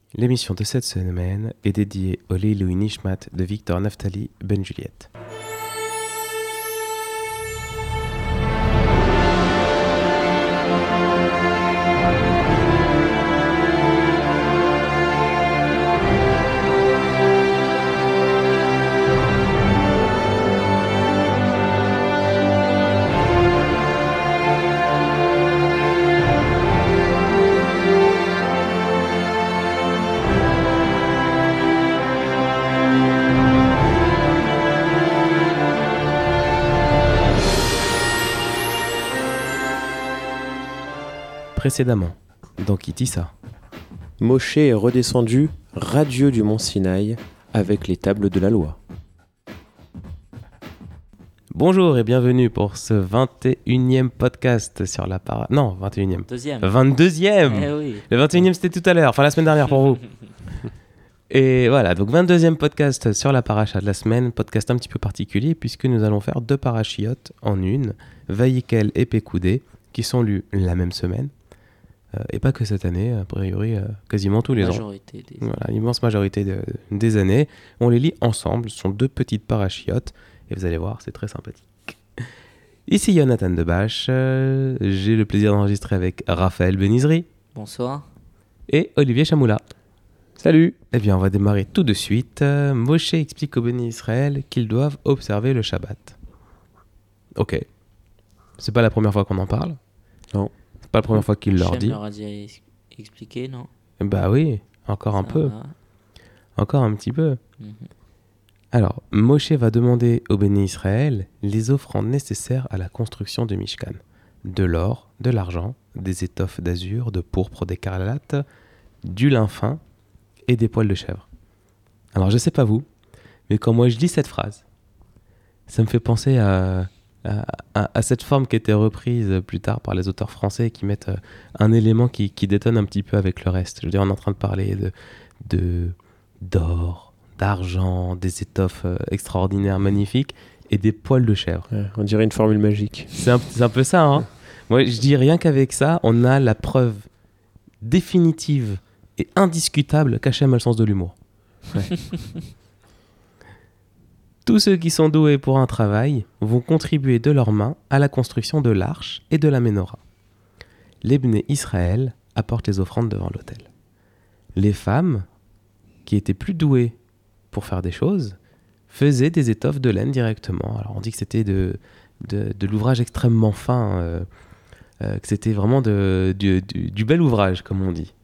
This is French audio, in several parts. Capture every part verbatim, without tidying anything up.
L'émission de cette semaine est dédiée au Leiloui Nishmat de Victor Naftali Ben Juliette. Précédemment, dans Kitissa. Moshe est redescendu, radieux du mont Sinaï, avec les tables de la loi. Bonjour et bienvenue pour ce vingt et unième podcast sur la para... Non, vingt et unième. Deuxième. vingt-deuxième Eh oui. Le vingt et unième c'était tout à l'heure, enfin la semaine dernière pour vous. Et voilà, donc vingt-deuxième podcast sur la paracha de la semaine, podcast un petit peu particulier puisque nous allons faire deux parachiotes en une, Vaïkel et Pécoudé, qui sont lus la même semaine. Euh, et pas que cette année, a priori euh, quasiment tous les majorité ans. Des... Voilà, l'immense majorité de, des années. On les lit ensemble, ce sont deux petites parachiotes, et vous allez voir, c'est très sympathique. Ici Jonathan Debache, euh, j'ai le plaisir d'enregistrer avec Raphaël Benizri. Bonsoir. Et Olivier Chamoula. Salut. Eh bien, on va démarrer tout de suite. Euh, Moshe explique aux bénis Israël qu'ils doivent observer le Shabbat. Ok. C'est pas la première fois qu'on en parle. Non. C'est pas la première fois qu'il leur Hachem dit. leur a déjà expliqué, non? Bah oui, encore un Ça peu. va. Encore un petit peu. Mhm. Alors, Moshe va demander aux bénis Israël les offrandes nécessaires à la construction du Mishkan. De l'or, de l'argent, des étoffes d'azur, de pourpre, d'écarlate, du lin fin et des poils de chèvre. Alors, je sais pas vous, mais quand moi je lis cette phrase, ça me fait penser à... À, à, à cette forme qui était reprise plus tard par les auteurs français qui mettent euh, un élément qui, qui détonne un petit peu avec le reste. Je veux dire, on est en train de parler de, de, d'or, d'argent, des étoffes euh, extraordinaires, magnifiques, et des poils de chèvre. Ouais, on dirait une formule magique. C'est un, c'est un peu ça, hein. Moi, je dis rien qu'avec ça, on a la preuve définitive et indiscutable qu'Hachem a le sens de l'humour. Ouais. Tous ceux qui sont doués pour un travail vont contribuer de leurs mains à la construction de l'arche et de la ménorah. Les Bnei Israël apportent les offrandes devant l'autel. Les femmes, qui étaient plus douées pour faire des choses, faisaient des étoffes de laine directement. Alors on dit que c'était de, de, de l'ouvrage extrêmement fin, euh, euh, que c'était vraiment de, du, du, du bel ouvrage, comme on dit.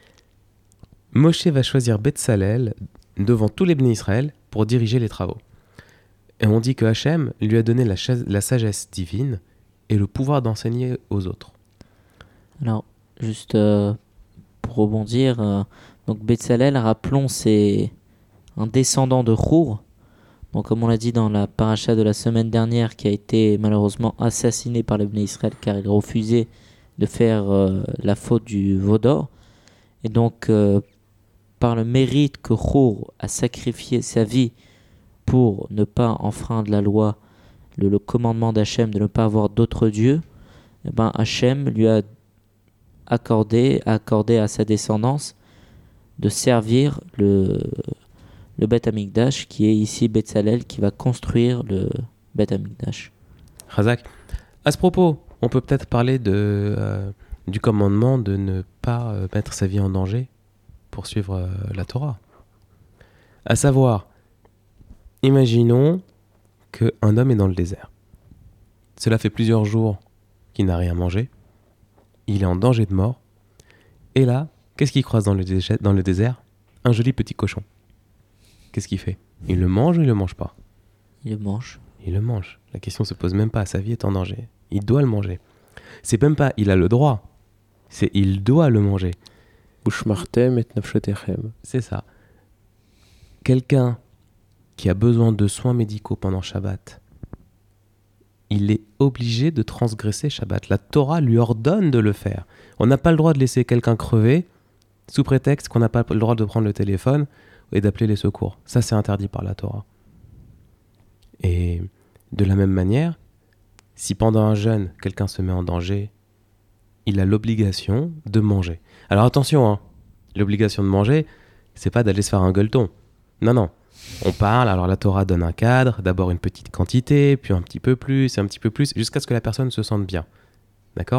Moshe va choisir Betsalel devant tous les Bnei Israël pour diriger les travaux. Et on dit que Hachem lui a donné la, cha- la sagesse divine et le pouvoir d'enseigner aux autres. Alors, juste euh, pour rebondir, euh, donc Betsalel, rappelons, c'est un descendant de Chour. Donc, comme on l'a dit dans la paracha de la semaine dernière, qui a été malheureusement assassiné par les Bnei Israël car il refusait de faire euh, la faute du veau d'or. Et donc, euh, par le mérite que Chour a sacrifié sa vie pour ne pas enfreindre la loi, le, le commandement d'Hachem de ne pas avoir d'autres dieux, eh ben Hachem lui a accordé, accordé à sa descendance de servir le, le Beth Amikdash, qui est ici Betsalel, qui va construire le Beth Amikdash. Razak, à ce propos, on peut peut-être parler de, euh, du commandement de ne pas euh, mettre sa vie en danger pour suivre euh, la Torah. À savoir, imaginons qu'un homme est dans le désert. Cela fait plusieurs jours qu'il n'a rien mangé. Il est en danger de mort. Et là, qu'est-ce qu'il croise dans le, dé- dans le désert ? Un joli petit cochon. Qu'est-ce qu'il fait ? Il le mange ou il le mange pas ? Il le mange. Il le mange. La question se pose même pas. Sa vie est en danger. Il doit le manger. C'est même pas il a le droit. C'est il doit le manger. Ushmartem et nafshotechem. C'est ça. Quelqu'un qui a besoin de soins médicaux pendant Shabbat, il est obligé de transgresser Shabbat. La Torah lui ordonne de le faire. On n'a pas le droit de laisser quelqu'un crever sous prétexte qu'on n'a pas le droit de prendre le téléphone et d'appeler les secours. Ça, c'est interdit par la Torah. Et de la même manière, si pendant un jeûne, quelqu'un se met en danger, il a l'obligation de manger. Alors attention, hein, L'obligation de manger, c'est pas d'aller se faire un gueuleton. Non, non. On parle, alors la Torah donne un cadre, d'abord une petite quantité, puis un petit peu plus, et un petit peu plus, jusqu'à ce que la personne se sente bien. D'accord ?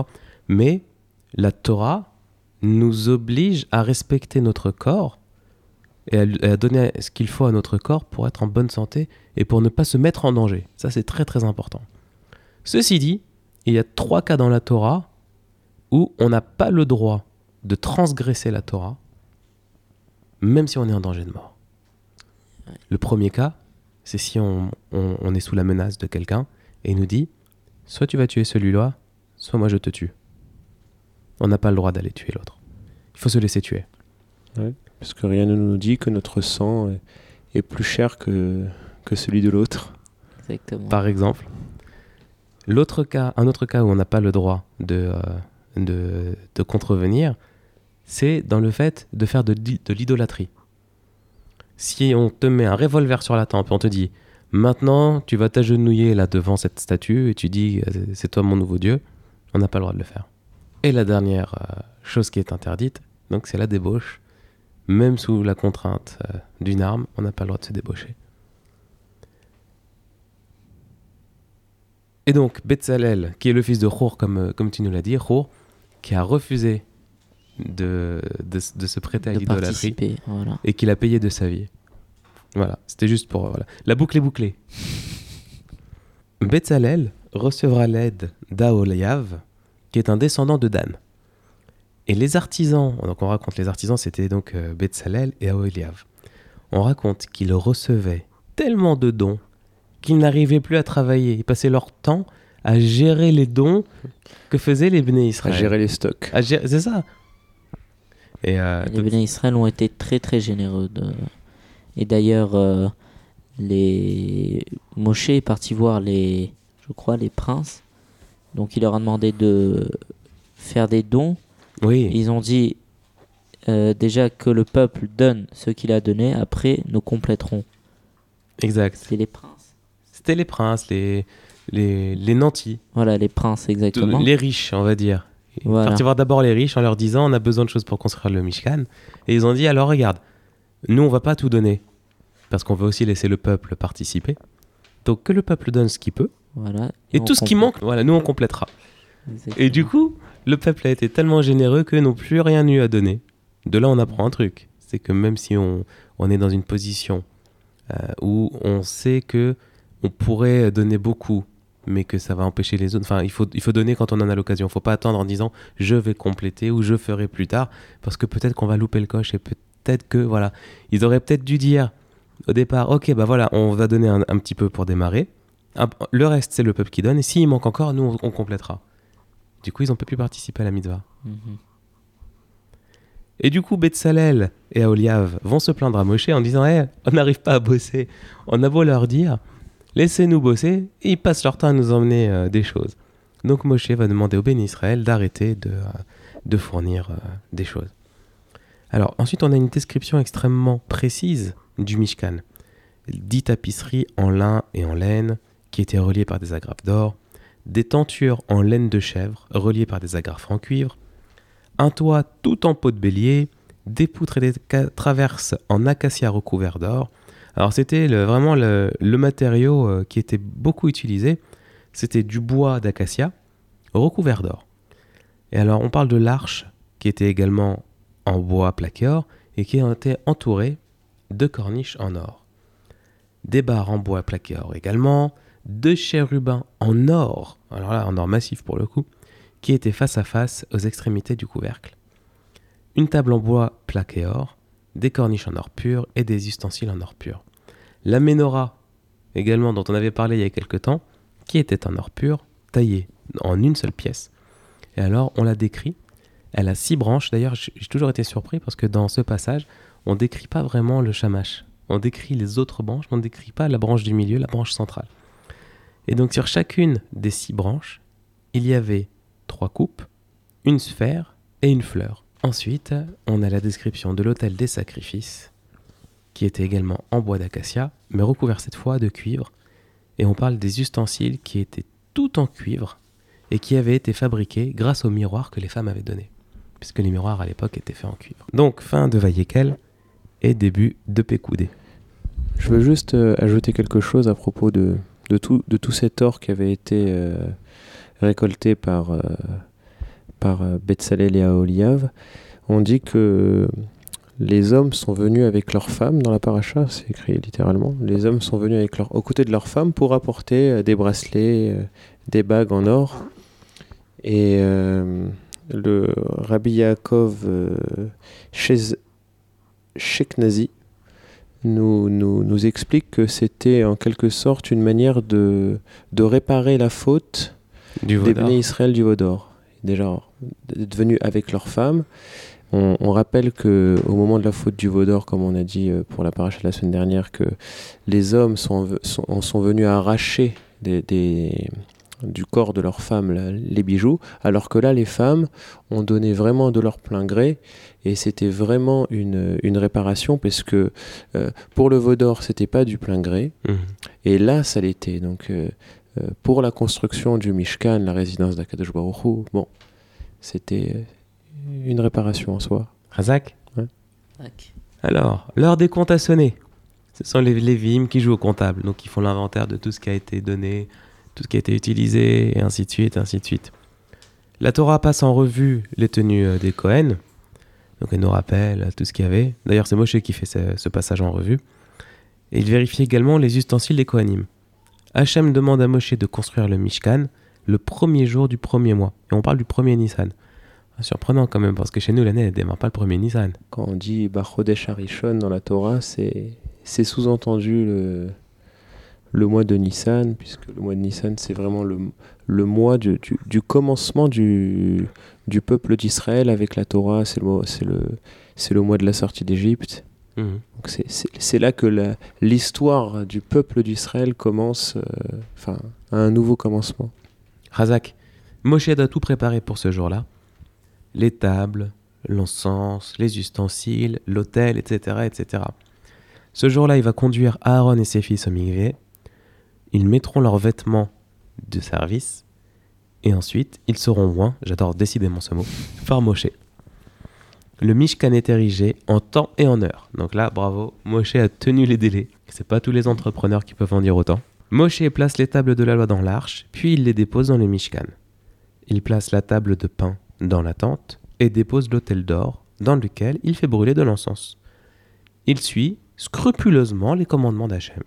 Mais la Torah nous oblige à respecter notre corps et à, et à donner ce qu'il faut à notre corps pour être en bonne santé et pour ne pas se mettre en danger. Ça, c'est très très important. Ceci dit, il y a trois cas dans la Torah où on n'a pas le droit de transgresser la Torah, même si on est en danger de mort. Le premier cas, c'est si on, on, on est sous la menace de quelqu'un et il nous dit « soit tu vas tuer celui-là, soit moi je te tue ». On n'a pas le droit d'aller tuer l'autre. Il faut se laisser tuer. Ouais, parce que rien ne nous dit que notre sang est, est plus cher que, que celui de l'autre. Exactement. Par exemple, l'autre cas, un autre cas où on n'a pas le droit de, euh, de, de contrevenir, c'est dans le fait de faire de, de l'idolâtrie. Si on te met un revolver sur la tempe et on te dit « maintenant, tu vas t'agenouiller là devant cette statue et tu dis « c'est toi mon nouveau Dieu », on n'a pas le droit de le faire. Et la dernière euh, chose qui est interdite, donc c'est la débauche. Même sous la contrainte euh, d'une arme, on n'a pas le droit de se débaucher. Et donc, Betzalel, qui est le fils de Chour, comme, comme tu nous l'as dit, Chour, qui a refusé de, de, de se prêter à de l'idolâtrie, participer, voilà. et qu'il a payé de sa vie. Voilà, c'était juste pour... Voilà. La boucle est bouclée. Betzalel recevra l'aide d'Aholiav, qui est un descendant de Dan. Et les artisans, donc on raconte les artisans, c'était donc euh, Betzalel et Aholiav. On raconte qu'ils recevaient tellement de dons qu'ils n'arrivaient plus à travailler. Ils passaient leur temps à gérer les dons que faisaient les Bnei Israël. À gérer les stocks. À gérer, c'est ça. Et, euh, Les Bnei Israël ont été très très généreux. De... Et d'ailleurs, euh, les... Moshe est parti voir les, je crois, les princes. Donc il leur a demandé de faire des dons. Oui. Ils ont dit euh, déjà que le peuple donne ce qu'il a donné, après nous compléterons. Exact. C'était les princes. C'était les princes, les, les, les nantis. Voilà, les princes, exactement. Les riches, on va dire. Ils Voilà. sont partis voir d'abord les riches en leur disant on a besoin de choses pour construire le Mishkan. Et ils ont dit alors regarde, nous on va pas tout donner parce qu'on veut aussi laisser le peuple participer. Donc que le peuple donne ce qu'il peut. Voilà. Et, et on tout ce qui manque, voilà, nous on complétera. Exactement. Et du coup, le peuple a été tellement généreux qu'eux n'ont plus rien eu à donner. De là, on apprend un truc. C'est que même si on, on est dans une position euh, où on sait que on pourrait donner beaucoup, mais que ça va empêcher les autres. Enfin, il faut, il faut donner quand on en a l'occasion. Il ne faut pas attendre en disant « je vais compléter » ou « je ferai plus tard », parce que peut-être qu'on va louper le coche et peut-être que, voilà. Ils auraient peut-être dû dire au départ « ok, bah voilà, on va donner un, un petit peu pour démarrer. Le reste, c'est le peuple qui donne. Et s'il manque encore, nous, on, on complétera. » Du coup, ils n'ont pas pu participer à la mitzvah. Mm-hmm. Et du coup, Betzalel et Aholiav vont se plaindre à Moshe en disant hey, « on n'arrive pas à bosser. On a beau leur dire, laissez-nous bosser. » Et ils passent leur temps à nous emmener euh, des choses. Donc Moshe va demander au Béni Israël d'arrêter de, euh, de fournir euh, des choses. Alors ensuite, on a une description extrêmement précise du Mishkan. Dix tapisseries en lin et en laine qui étaient reliées par des agrafes d'or, des tentures en laine de chèvre reliées par des agrafes en cuivre, un toit tout en peau de bélier, des poutres et des ca- traverses en acacia recouvert d'or. Alors c'était le, vraiment le, le matériau euh, qui était beaucoup utilisé. C'était du bois d'acacia recouvert d'or. Et alors on parle de l'arche qui était également en bois plaqué or et qui était entourée de corniches en or. Des barres en bois plaqué or également, deux chérubins en or, alors là en or massif pour le coup, qui étaient face à face aux extrémités du couvercle. Une table en bois plaqué or, des corniches en or pur et des ustensiles en or pur. La menorah, également dont on avait parlé il y a quelque temps, qui était en or pur, taillée en une seule pièce. Et alors on la décrit, elle a six branches. D'ailleurs j'ai toujours été surpris parce que dans ce passage, on ne décrit pas vraiment le shamash. On décrit les autres branches, mais on ne décrit pas la branche du milieu, la branche centrale. Et donc sur chacune des six branches, il y avait trois coupes, une sphère et une fleur. Ensuite, on a la description de l'autel des sacrifices, qui était également en bois d'acacia, mais recouvert cette fois de cuivre. Et on parle des ustensiles qui étaient tout en cuivre et qui avaient été fabriqués grâce au miroir que les femmes avaient donné. puisque les miroirs à l'époque étaient faits en cuivre. Donc, fin de Vayekel et début de Pekoudé. Je veux juste euh, ajouter quelque chose à propos de, de, tout, de tout cet or qui avait été euh, récolté par, euh, par euh, Betsalel et Aholiav. On dit que les hommes sont venus avec leurs femmes dans la paracha, c'est écrit littéralement. Les hommes sont venus avec leur, aux côtés de leurs femmes pour apporter euh, des bracelets, euh, des bagues en or. Et euh, le Rabbi Yaakov euh, Sheknazi nous, nous, nous explique que c'était en quelque sorte une manière de, de réparer la faute Du des Vaudor. Bnei Israël du Vaudor. Déjà, d'être venus avec leurs femmes. On, on rappelle qu'au moment de la faute du Vaudor, comme on a dit pour la paracha de la semaine dernière, que les hommes sont, sont, sont venus arracher des, des, du corps de leurs femmes là, les bijoux, alors que là, les femmes ont donné vraiment de leur plein gré, et c'était vraiment une, une réparation, parce que euh, pour le Vaudor, c'était pas du plein gré, Mmh. et là, ça l'était. Donc, euh, euh, pour la construction du Mishkan, la résidence d'Akadosh Baruch Hu, bon, c'était une réparation en soi. Razak. Tac. Alors, l'heure des comptes a sonné. Ce sont les Lévim qui jouent au comptable, donc ils font l'inventaire de tout ce qui a été donné, tout ce qui a été utilisé, et ainsi de suite, ainsi de suite. La Torah passe en revue les tenues euh, des Kohen, donc elle nous rappelle tout ce qu'il y avait. D'ailleurs, c'est Moshe qui fait ce, ce passage en revue. Et il vérifie également les ustensiles des Kohanim. Hachem demande à Moshe de construire le Mishkan le premier jour du premier mois. Et on parle du premier Nissan. Surprenant quand même, parce que chez nous, l'année, elle ne démarre pas le premier Nissan. Quand on dit Bachodesh Harishon dans la Torah, c'est, c'est sous-entendu le, le mois de Nissan, puisque le mois de Nissan, c'est vraiment le, le mois du, du, du commencement du, du peuple d'Israël avec la Torah. C'est le, c'est le, c'est le mois de la sortie d'Égypte. Mmh. Donc c'est, c'est, c'est là que la, l'histoire du peuple d'Israël commence, enfin, euh, à un nouveau commencement. Razak, Moshe doit tout préparer pour ce jour-là. Les tables, l'encens, les ustensiles, l'autel, et cetera, et cetera. Ce jour-là, il va conduire Aaron et ses fils au mikvé. Ils mettront leurs vêtements de service. Et ensuite, ils seront oints, j'adore décidément ce mot, par Moshe. Le Mishkan est érigé en temps et en heure. Donc là, bravo, Moshe a tenu les délais. C'est pas tous les entrepreneurs qui peuvent en dire autant. Moshe place les tables de la loi dans l'arche, puis il les dépose dans le Mishkan. Il place la table de pain dans la tente et dépose l'autel d'or dans lequel il fait brûler de l'encens. Il suit scrupuleusement les commandements d'Hachem.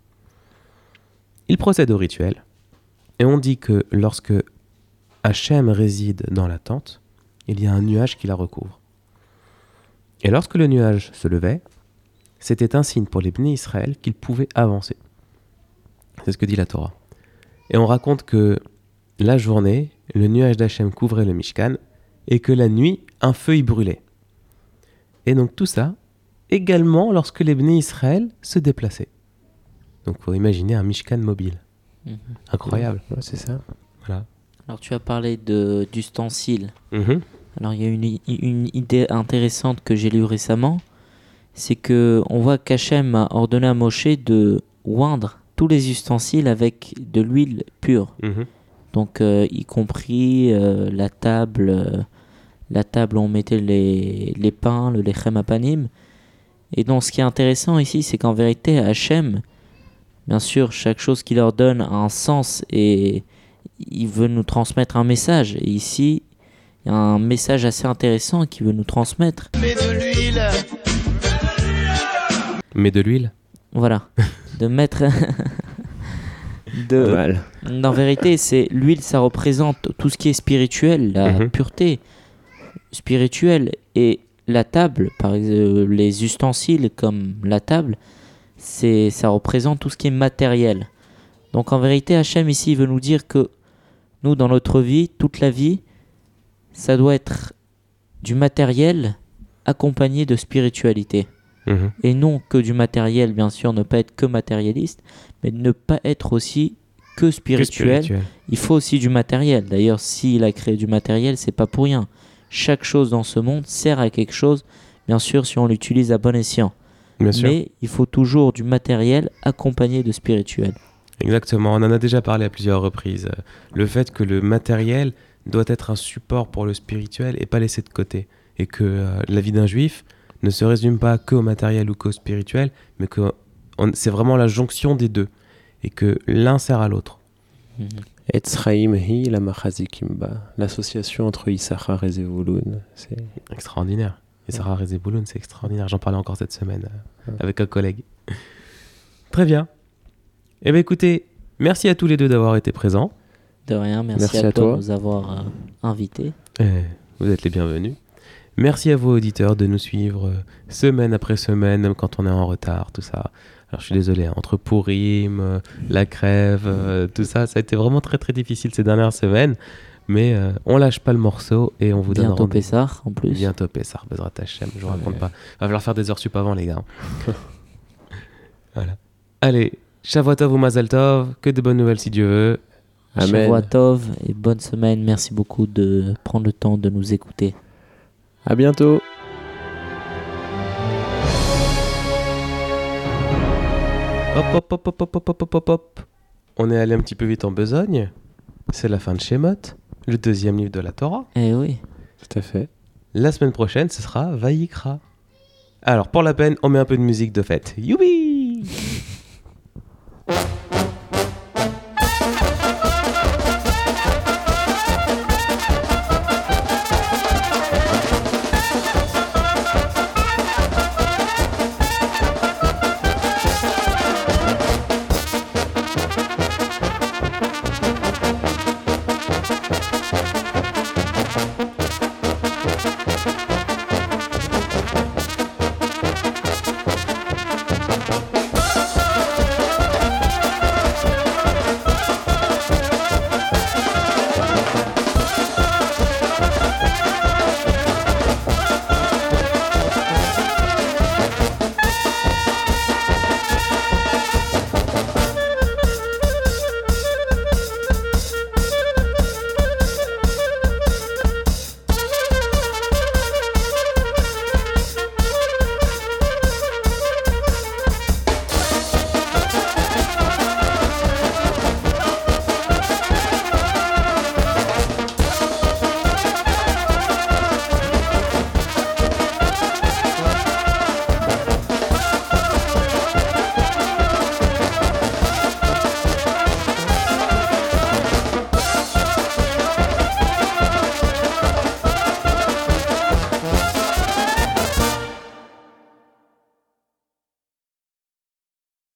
Il procède au rituel et on dit que lorsque Hachem réside dans la tente, il y a un nuage qui la recouvre. Et lorsque le nuage se levait, c'était un signe pour les Bnei Israël qu'ils pouvaient avancer. C'est ce que dit la Torah. Et on raconte que la journée, le nuage d'Hachem couvrait le Mishkan et que la nuit, un feu y brûlait. Et donc tout ça, également lorsque les Bnei Israël se déplaçaient. Donc il faut imaginer un Mishkan mobile. Mhm. Incroyable. Ouais, c'est ça. Voilà. Alors tu as parlé de, d'ustensiles. Mhm. Alors il y a une, i- une idée intéressante que j'ai lue récemment, c'est que on voit qu'Hachem a ordonné à Moshe de oindre tous les ustensiles avec de l'huile pure. Mhm. Donc euh, y compris euh, la table, euh, la table où on mettait les, les pains, le lechem apanim. Et donc ce qui est intéressant ici, c'est qu'en vérité Hachem, bien sûr, chaque chose qu'il leur donne a un sens et il veut nous transmettre un message. Et ici, il y a un message assez intéressant qu'il veut nous transmettre. Mais de l'huile. Voilà, de mettre... de... Pas mal. En vérité, c'est l'huile, ça représente tout ce qui est spirituel, la Mhm. pureté spirituelle. Et la table, par exemple, les ustensiles comme la table, c'est, ça représente tout ce qui est matériel. Donc en vérité, Hachem ici il veut nous dire que nous, dans notre vie, toute la vie, ça doit être du matériel accompagné de spiritualité. Mhm. Et non que du matériel, bien sûr, ne pas être que matérialiste, mais ne pas être aussi que Que spirituel. spirituel. Il faut aussi du matériel. D'ailleurs, s'il a créé du matériel, c'est pas pour rien. Chaque chose dans ce monde sert à quelque chose, bien sûr, si on l'utilise à bon escient. Bien sûr. Mais il faut toujours du matériel accompagné de spirituel. Exactement, on en a déjà parlé à plusieurs reprises. Le fait que le matériel doit être un support pour le spirituel et pas laissé de côté. Et que euh, la vie d'un juif ne se résume pas qu'au matériel ou qu'au spirituel, mais que on, c'est vraiment la jonction des deux. Et que l'un sert à l'autre. Etzraim hi la machazikimba. L'association entre Issachar et Zevulun. C'est extraordinaire. Issachar et Zevulun, c'est extraordinaire. J'en parlais encore cette semaine euh, ouais. avec un collègue. Très bien. Eh bien écoutez, merci à tous les deux d'avoir été présents. De rien, merci, merci à, à toi, toi de nous avoir euh, invités. Eh, vous êtes les bienvenus. Merci à vos auditeurs de nous suivre euh, semaine après semaine, même quand on est en retard, tout ça. Alors je suis désolé, hein, entre Pourim, euh, la crève, euh, tout ça, ça a été vraiment très très difficile ces dernières semaines. Mais euh, on lâche pas le morceau et on vous donne Bientôt Pessah en plus. Bientôt Pessah, Bezrat Hashem, je vous raconte ouais. pas. Va falloir faire des heures sup avant les gars. Voilà. Allez, Shavuot Tov ou Mazal Tov, que de bonnes nouvelles si Dieu veut. Amen. Shavuot Tov et bonne semaine. Merci beaucoup de prendre le temps de nous écouter. À bientôt. Hop, hop, hop, hop, hop, hop, hop, hop, hop. On est allé un petit peu vite en besogne. C'est la fin de Shemot, le deuxième livre de la Torah. Eh oui. Tout à fait. La semaine prochaine, ce sera Vayikra. Alors, pour la peine, on met un peu de musique de fête. Youpi!